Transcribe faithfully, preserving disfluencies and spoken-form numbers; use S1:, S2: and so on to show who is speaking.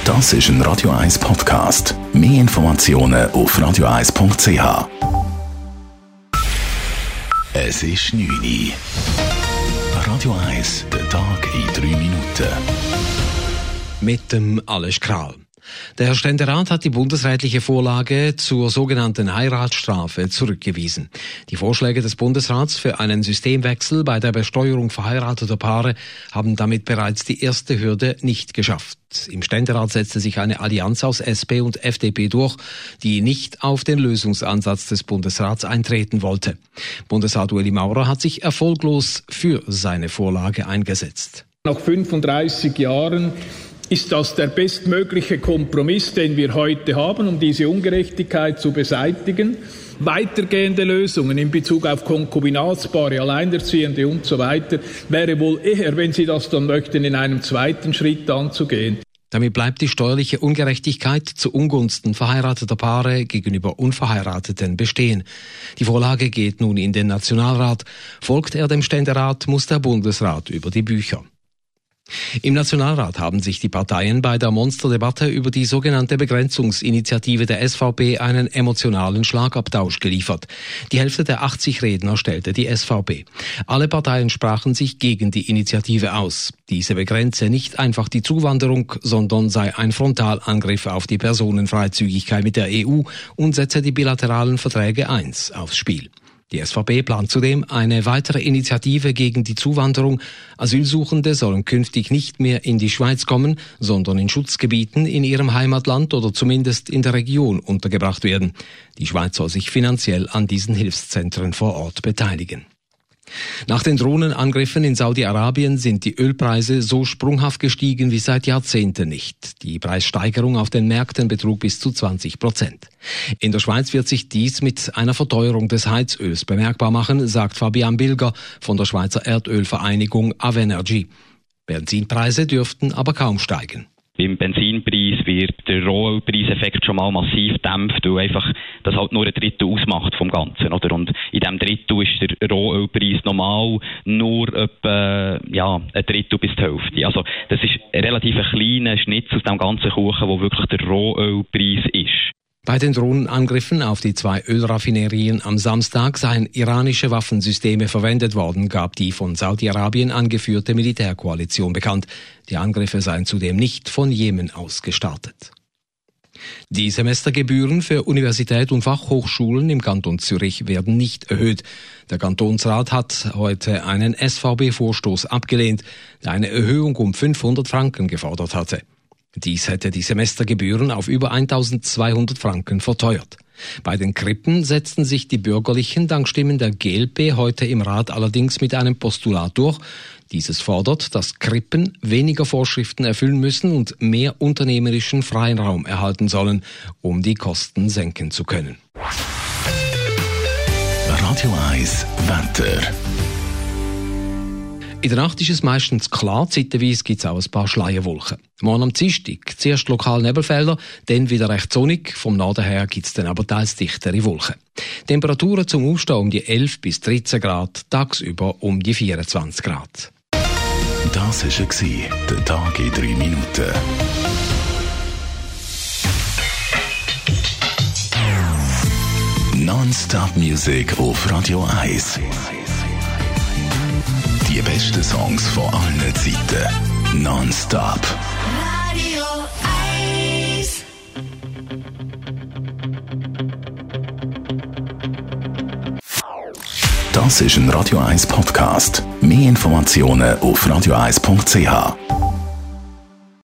S1: Das ist ein Radio eins Podcast. Mehr Informationen auf radio eins punkt c h. Es ist neun Uhr. Radio eins, der Tag in drei Minuten.
S2: Mit dem Alles Kral. Der Ständerat hat die bundesrätliche Vorlage zur sogenannten Heiratsstrafe zurückgewiesen. Die Vorschläge des Bundesrats für einen Systemwechsel bei der Besteuerung verheirateter Paare haben damit bereits die erste Hürde nicht geschafft. Im Ständerat setzte sich eine Allianz aus S P und F D P durch, die nicht auf den Lösungsansatz des Bundesrats eintreten wollte. Bundesrat Ueli Maurer hat sich erfolglos für seine Vorlage eingesetzt.
S3: Nach fünfunddreißig Jahren ist das der bestmögliche Kompromiss, den wir heute haben, um diese Ungerechtigkeit zu beseitigen. Weitergehende Lösungen in Bezug auf Konkubinatspaare, Alleinerziehende und so weiter wäre wohl eher, wenn Sie das dann möchten, in einem zweiten Schritt anzugehen.
S2: Damit bleibt die steuerliche Ungerechtigkeit zu Ungunsten verheirateter Paare gegenüber Unverheirateten bestehen. Die Vorlage geht nun in den Nationalrat. Folgt er dem Ständerat, muss der Bundesrat über die Bücher. Im Nationalrat haben sich die Parteien bei der Monsterdebatte über die sogenannte Begrenzungsinitiative der S V P einen emotionalen Schlagabtausch geliefert. Die Hälfte der achtzig Redner stellte die S V P. Alle Parteien sprachen sich gegen die Initiative aus. Diese begrenze nicht einfach die Zuwanderung, sondern sei ein Frontalangriff auf die Personenfreizügigkeit mit der E U und setze die bilateralen Verträge eins aufs Spiel. Die S V P plant zudem eine weitere Initiative gegen die Zuwanderung. Asylsuchende sollen künftig nicht mehr in die Schweiz kommen, sondern in Schutzgebieten in ihrem Heimatland oder zumindest in der Region untergebracht werden. Die Schweiz soll sich finanziell an diesen Hilfszentren vor Ort beteiligen. Nach den Drohnenangriffen in Saudi-Arabien sind die Ölpreise so sprunghaft gestiegen wie seit Jahrzehnten nicht. Die Preissteigerung auf den Märkten betrug bis zu zwanzig Prozent. In der Schweiz wird sich dies mit einer Verteuerung des Heizöls bemerkbar machen, sagt Fabian Bilger von der Schweizer Erdölvereinigung Avenergy. Benzinpreise dürften aber kaum steigen.
S4: Beim Benzinpreis wird der Rohölpreiseffekt schon mal massiv gedämpft, weil einfach das halt nur ein Drittel ausmacht vom Ganzen, oder? Und in diesem Drittel ist der Rohölpreis normal nur etwa, ja, ein Drittel bis die Hälfte. Also, das ist ein relativ kleiner Schnitt aus dem ganzen Kuchen, wo wirklich der Rohölpreis ist.
S2: Bei den Drohnenangriffen auf die zwei Ölraffinerien am Samstag seien iranische Waffensysteme verwendet worden, gab die von Saudi-Arabien angeführte Militärkoalition bekannt. Die Angriffe seien zudem nicht von Jemen aus gestartet. Die Semestergebühren für Universität und Fachhochschulen im Kanton Zürich werden nicht erhöht. Der Kantonsrat hat heute einen S V B-Vorstoß abgelehnt, der eine Erhöhung um fünfhundert Franken gefordert hatte. Dies hätte die Semestergebühren auf über eintausendzweihundert Franken verteuert. Bei den Krippen setzten sich die Bürgerlichen dank Stimmen der G L P heute im Rat allerdings mit einem Postulat durch. Dieses fordert, dass Krippen weniger Vorschriften erfüllen müssen und mehr unternehmerischen Freiraum erhalten sollen, um die Kosten senken zu können.
S1: Radio eins Wetter.
S2: In der Nacht ist es meistens klar, zeitweise gibt es auch ein paar Schleierwolken. Morgen am Dienstag zuerst lokal Nebelfelder, dann wieder recht sonnig, vom Norden her gibt es dann aber teils dichtere Wolken. Temperaturen zum Aufstehen um die elf bis dreizehn Grad, tagsüber um die vierundzwanzig Grad.
S1: Das war der Tag in drei Minuten. Non-Stop Music auf Radio eins. Die besten Songs von allen Zeiten. Non-Stop.
S5: Radio eins.
S1: Das ist ein Radio eins Podcast. Mehr Informationen auf radio eins punkt c h.